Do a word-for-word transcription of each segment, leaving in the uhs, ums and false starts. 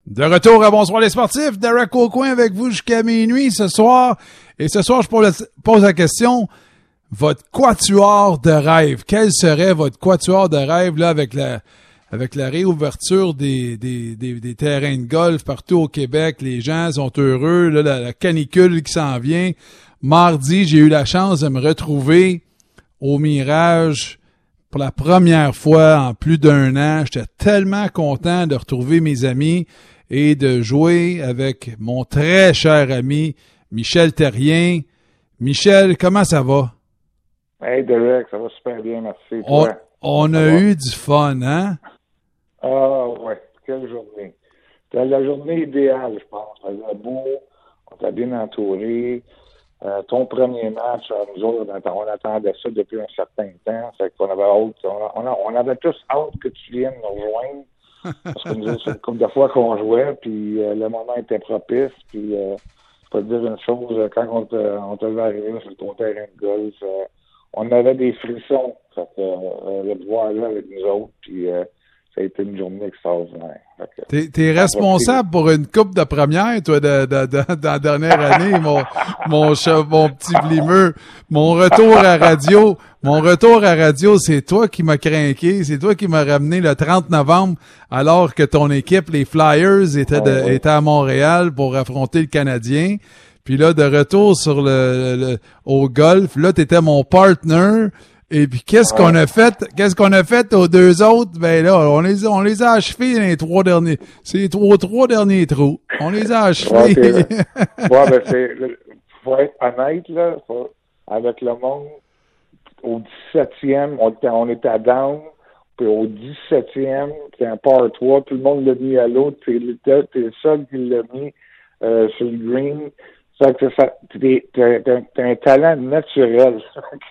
De retour à Bonsoir les sportifs, Derek Aucoin avec vous jusqu'à minuit ce soir. Et ce soir, je pose la question, votre quatuor de rêve, quel serait votre quatuor de rêve là avec la avec la réouverture des, des, des, des terrains de golf partout au Québec? Les gens sont heureux, là, la, la canicule qui s'en vient. Mardi, j'ai eu la chance de me retrouver au Mirage pour la première fois en plus d'un an. J'étais tellement content de retrouver mes amis et de jouer avec mon très cher ami Michel Therrien. Michel, comment ça va? Hey Derek, ça va super bien, merci. On, Toi? on a eu du fun, hein? Ah ouais, quelle journée. C'était la journée idéale, je pense. Ça faisait beau, on t'a bien entouré. Euh, ton premier match, nous autres, on attendait ça depuis un certain temps. Fait qu'on avait hâte, on, a, on avait tous hâte que tu viennes nous rejoindre. Parce que nous autres, c'est une couple de fois qu'on jouait, puis euh, le moment était propice. Puis, euh, je peux te dire une chose, quand on te, on te vu arriver sur ton terrain de golf, euh, on avait des frissons. Fait que, euh, de te voir là avec nous autres, puis euh, ça a été une journée extraordinaire. Fait que, t'es, t'es responsable pour une coupe de première, toi, de, de, de, de la dernière année, mon, mon, chef, mon petit blimeux. Mon retour à radio, mon retour à radio, c'est toi qui m'as craqué, c'est toi qui m'as ramené le trente novembre, alors que ton équipe, les Flyers, était, de, ouais. était à Montréal pour affronter le Canadien. Puis là, de retour sur le, le au golf, là, t'étais mon partner. Et puis, qu'est-ce ouais. qu'on a fait? Qu'est-ce qu'on a fait aux deux autres? Ben là, on les, on les a achevés dans les trois derniers, c'est les trois, trois derniers trous. On les a achevés. Ouais, ouais, ben c'est, faut être honnête, là, faut, avec le monde, au dix-septième, on était, on était à down, puis au dix-septième, c'est un par trois, tout le monde l'a mis à l'autre, t'es, t'es, t'es le seul qui l'a mis euh, sur le green. Ça, que ça, t'es, t'es, t'es, t'es un talent naturel.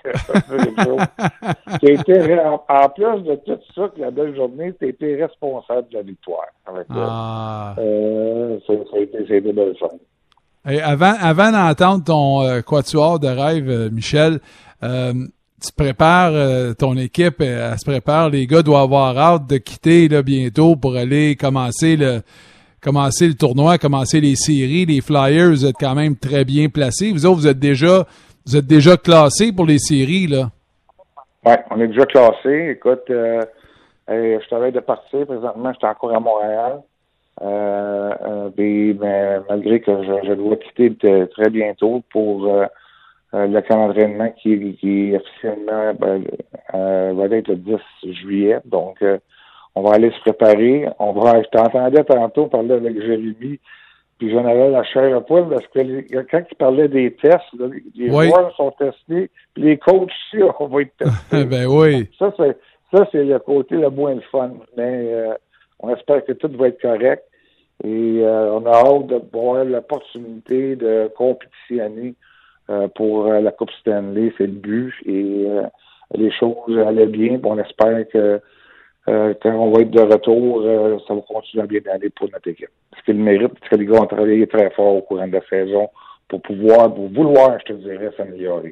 T'as été, en, en plus de tout ça, que la belle journée, t'as été responsable de la victoire. Avec ah. euh, ça, ça a été, ça a été belle fun. Et avant, avant d'entendre ton euh, quatuor de rêve, euh, Michel, euh, tu prépares euh, ton équipe, elle se prépare, les gars doivent avoir hâte de quitter là, bientôt pour aller commencer le commencer le tournoi, commencer les séries. Les Flyers, vous êtes quand même très bien placés. Vous autres, vous êtes déjà vous êtes déjà classés pour les séries, là. Oui, on est déjà classés. Écoute, euh, je travaille de partir. Présentement, je suis encore à Montréal. Euh, euh, mais, mais malgré que je, je dois quitter très bientôt pour euh, le camp d'entraînement qui, qui officiellement ben, euh, va être le dix juillet. Donc, euh, on va aller se préparer. On va. Je t'entendais tantôt parler avec Jérémy, puis j'en avais la chair à poil parce que les, quand il parlait des tests, là, les oui. joueurs sont testés, puis les coachs aussi, on va être testés. Ben oui. Ça, c'est ça, c'est le côté le moins le fun. Mais euh, on espère que tout va être correct. Et euh, on a hâte de voir l'opportunité de compétitionner euh, pour euh, la Coupe Stanley. C'est le but. Et euh, les choses allaient bien. On espère que Euh, quand on va être de retour, euh, ça va continuer à bien aller pour notre équipe. Parce qu'il mérite, parce que les gars ont travaillé très fort au courant de la saison pour pouvoir, pour vouloir, je te dirais, s'améliorer.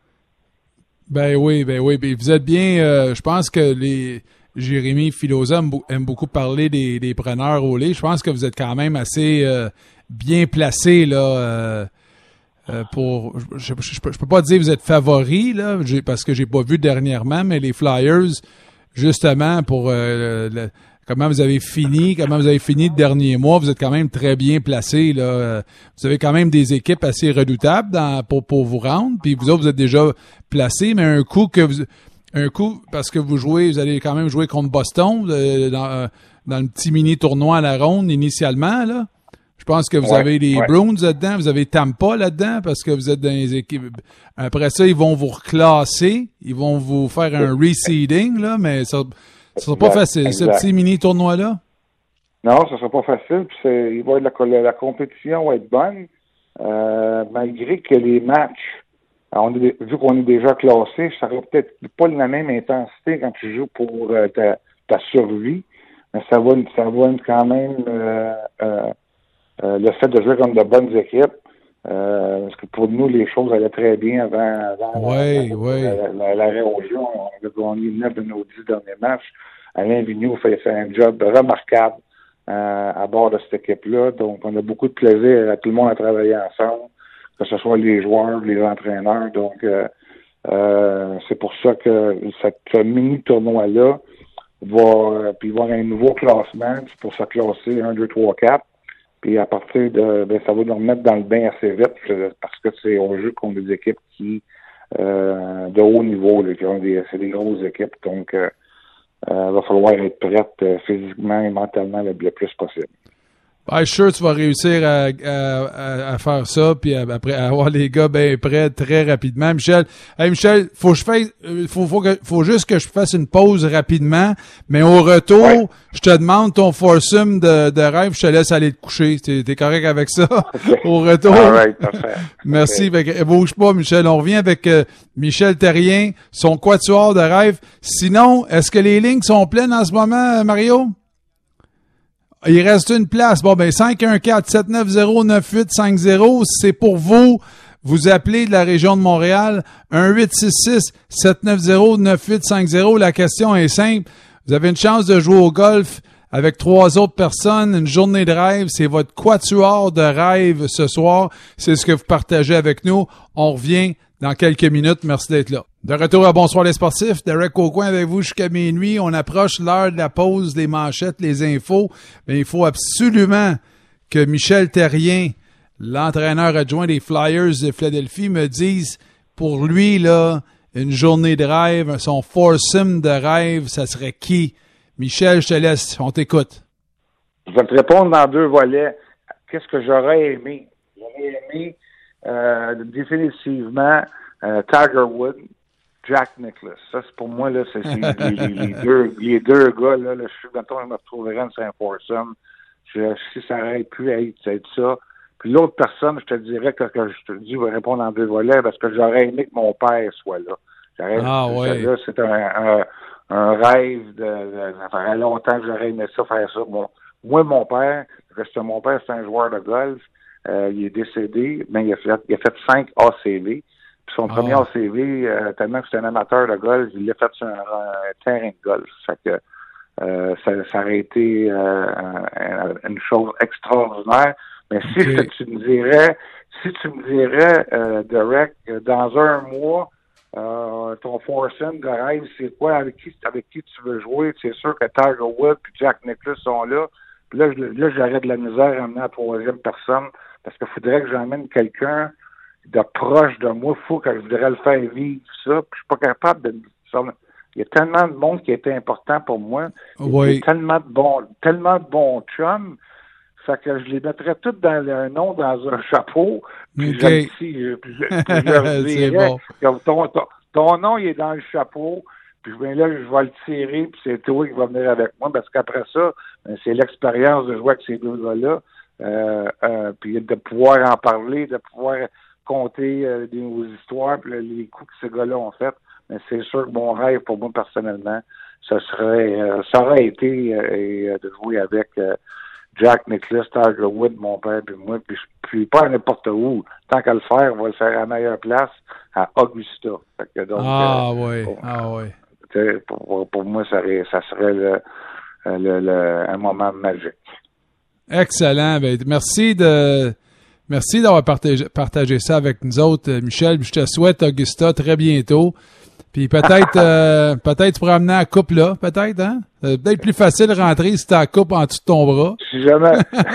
Ben oui, ben oui. Ben vous êtes bien, euh, je pense que les Jérémy Filosa aime beaucoup parler des, des preneurs au lait. Je pense que vous êtes quand même assez euh, bien placé là. Euh, euh, pour, je, je, je, je peux pas dire que vous êtes favori là, j'ai, parce que j'ai pas vu dernièrement, mais les Flyers. Justement, pour euh, le, comment vous avez fini, comment vous avez fini le dernier mois, vous êtes quand même très bien placé. Là. Vous avez quand même des équipes assez redoutables dans, pour, pour vous rendre. Puis vous autres, vous êtes déjà placés, mais un coup que vous, un coup parce que vous jouez, vous allez quand même jouer contre Boston euh, dans, dans le petit mini tournoi à la ronde initialement là. Je pense que vous ouais, avez les ouais. Bruins là-dedans, vous avez Tampa là-dedans parce que vous êtes dans les équipes. Après ça, ils vont vous reclasser, ils vont vous faire un reseeding, là, mais ça ne sera pas facile, exact. Ce petit mini-tournoi-là. Non, ça ne sera pas facile. Puis c'est, il va être la, la compétition va être bonne, euh, malgré que les matchs, on est, vu qu'on est déjà classé, ça n'aura peut-être pas la même intensité quand tu joues pour euh, ta, ta survie, mais ça va, ça va quand même... Euh, euh, Euh, le fait de jouer contre de bonnes équipes, euh, parce que pour nous, les choses allaient très bien avant, avant ouais, la, ouais. la, la, l'arrêt au jeu. On a gagné neuf de nos dix derniers matchs. Alain Vigneault fait, fait un job remarquable à, à bord de cette équipe-là. Donc, on a beaucoup de plaisir à tout le monde à travailler ensemble, que ce soit les joueurs, les entraîneurs. Donc, euh, euh, c'est pour ça que cette, ce mini-tournoi-là va, euh, puis il va y avoir un nouveau classement pour se classer un, deux, trois, quatre. Puis à partir de, ben, ça va nous remettre dans le bain assez vite parce que c'est on joue contre des équipes qui, euh, de haut niveau, là, qui ont des, c'est des grosses équipes. Donc, euh, euh, il va falloir être prête euh, physiquement et mentalement le, le plus possible. Ben, je suis sûr que tu vas réussir à, à, à faire ça, puis après à avoir les gars bien prêts très rapidement. Michel, hey Michel, faut que je fasse, faut, faut, que, faut juste que je fasse une pause rapidement, mais au retour, ouais. je te demande ton foursome de, de rêve, je te laisse aller te coucher. T'es, t'es correct avec ça? Okay. Au retour. All right, parfait. Merci. Okay. Fait que, bouge pas, Michel. On revient avec euh, Michel Therrien, son quatuor de rêve. Sinon, est-ce que les lignes sont pleines en ce moment, Mario? Il reste une place. Bon, ben, cinq un quatre, sept neuf zéro, neuf huit cinq zéro. C'est pour vous. Vous appelez de la région de Montréal. un huit six six, sept neuf zéro, neuf huit cinq zéro. La question est simple. Vous avez une chance de jouer au golf avec trois autres personnes. Une journée de rêve. C'est votre quatuor de rêve ce soir. C'est ce que vous partagez avec nous. On revient dans quelques minutes. Merci d'être là. De retour à Bonsoir les sportifs, Derek Aucoin avec vous jusqu'à minuit. On approche l'heure de la pause, les manchettes, les infos. Mais il faut absolument que Michel Therrien, l'entraîneur adjoint des Flyers de Philadelphie, me dise pour lui, là, une journée de rêve, son foursome de rêve, ça serait qui? Michel, je te laisse, on t'écoute. Je vais te répondre dans deux volets. Qu'est-ce que j'aurais aimé? J'aurais aimé euh, définitivement euh, Tiger Woods, Jack Nicklaus. Ça, c'est pour moi, là, c'est, c'est les, les, les, deux, les deux gars, là, là je suis content de me retrouver dans un foursome. Je, si ça aurait pu être, être ça. Puis l'autre personne, je te dirais que, que je te dis, je vais répondre en deux volets parce que j'aurais aimé que mon père soit là. J'aurais ah, aimé ouais. là, c'est un, un, un rêve de, de, ça ferait longtemps que j'aurais aimé ça, faire ça. Bon, moi, mon père, parce que mon père, c'est un joueur de golf. Euh, il est décédé, mais il a fait, il a fait cinq A C V. Puis son oh. premier A C V, euh, tellement que c'est un amateur de golf, il l'a fait sur un, un terrain de golf. Fait que euh, ça, ça aurait été euh, un, une chose extraordinaire. Mais si okay. tu me dirais, si tu me dirais, euh, Derek, dans un mois, euh, ton foursome de rêve, c'est quoi, avec qui, avec qui tu veux jouer? C'est sûr que Tiger Woods et Jack Nicklaus sont là. Puis là, je, là, j'aurais de la misère à amener la troisième personne parce qu'il faudrait que j'emmène quelqu'un de proche de moi. Il faut que je voudrais le faire vivre, ça. Puis je suis pas capable de... Il y a tellement de monde qui a été important pour moi. Oui. Il y a tellement de bons, tellement de bons chums. Fait que je les mettrais tous dans un nom, dans un chapeau. Puis okay. je, puis, puis je, puis je leur dirais bon. que ton, ton, ton nom, il est dans le chapeau. Puis ben là, je vais le tirer, puis c'est toi qui va venir avec moi. Parce qu'après ça, ben, c'est l'expérience de jouer avec ces deux gars-là. Euh, euh, puis de pouvoir en parler, de pouvoir compter euh, des nos histoires, puis les coups que ces gars-là ont fait. Mais c'est sûr que mon rêve, pour moi, personnellement, ça serait, euh, ça aurait été euh, de jouer avec... Euh, Jack Nicklaus, Tiger Woods, mon père, puis moi, puis, puis pas à n'importe où. Tant qu'à le faire, on va le faire à la meilleure place, à Augusta. Fait que donc, ah euh, oui, pour, ah oui. Pour, pour moi, ça, ça serait le, le, le, un moment magique. Excellent. Ben, merci de merci d'avoir partagé, partagé ça avec nous autres, Michel. Je te souhaite Augusta très bientôt. Puis peut-être euh, peut-être tu pourrais amener la coupe là, peut-être, hein? C'est peut-être plus facile de rentrer si tu as la coupe en dessous de ton bras. Si jamais.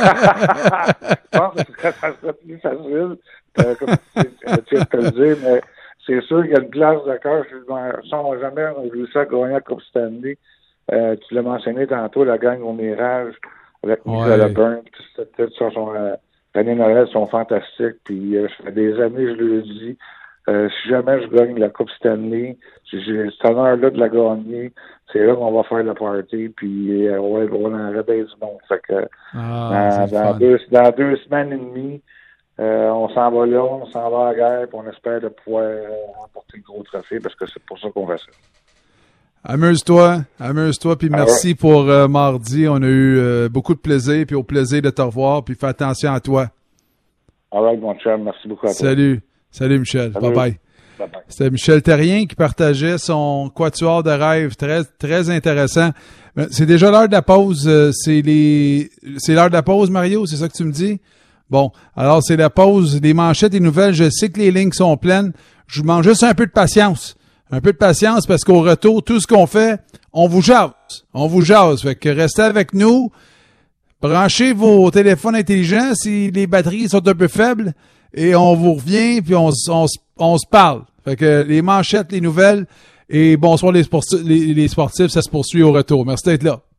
Je pense que ça serait plus facile, euh, comme tu viens de te le dire, mais c'est sûr qu'il y a une glace de cœur. Si on n'a jamais réussi à gagner la Coupe Stanley, euh, tu l'as mentionné tantôt, la gang au Mirage, avec Nicolas ouais. Burn, tout ça, son, euh, René Noël sont fantastiques, puis euh, ça fait des années, je le dis. Euh, si jamais je gagne la Coupe Stanley, j'ai, j'ai cet honneur-là de la gagner, c'est là qu'on va faire le party, puis euh, on va être on en réveil du monde. Fait que ah, dans, dans, deux, dans deux semaines et demie, euh, on s'en va là, on s'en va à la guerre, puis on espère de pouvoir euh, remporter le gros trophée, parce que c'est pour ça qu'on va ça. Amuse-toi, amuse-toi, puis merci ah ouais. pour euh, mardi. On a eu euh, beaucoup de plaisir, puis au plaisir de te revoir, puis fais attention à toi. All right, mon chum, merci beaucoup à toi. Salut. Salut Michel. Salut. Bye bye. Bye-bye. C'était Michel Therrien qui partageait son quatuor de rêve. Très, très intéressant. C'est déjà l'heure de la pause. C'est les, c'est l'heure de la pause, Mario? C'est ça que tu me dis? Bon. Alors, c'est la pause. Les manchettes et nouvelles. Je sais que les lignes sont pleines. Je vous demande juste un peu de patience. Un peu de patience parce qu'au retour, tout ce qu'on fait, on vous jase. On vous jase. Fait que restez avec nous. Branchez vos téléphones intelligents si les batteries sont un peu faibles et on vous revient puis on, on, on se parle. Fait que les manchettes, les nouvelles et bonsoir les sportifs, les, les sportifs, ça se poursuit au retour. Merci d'être là.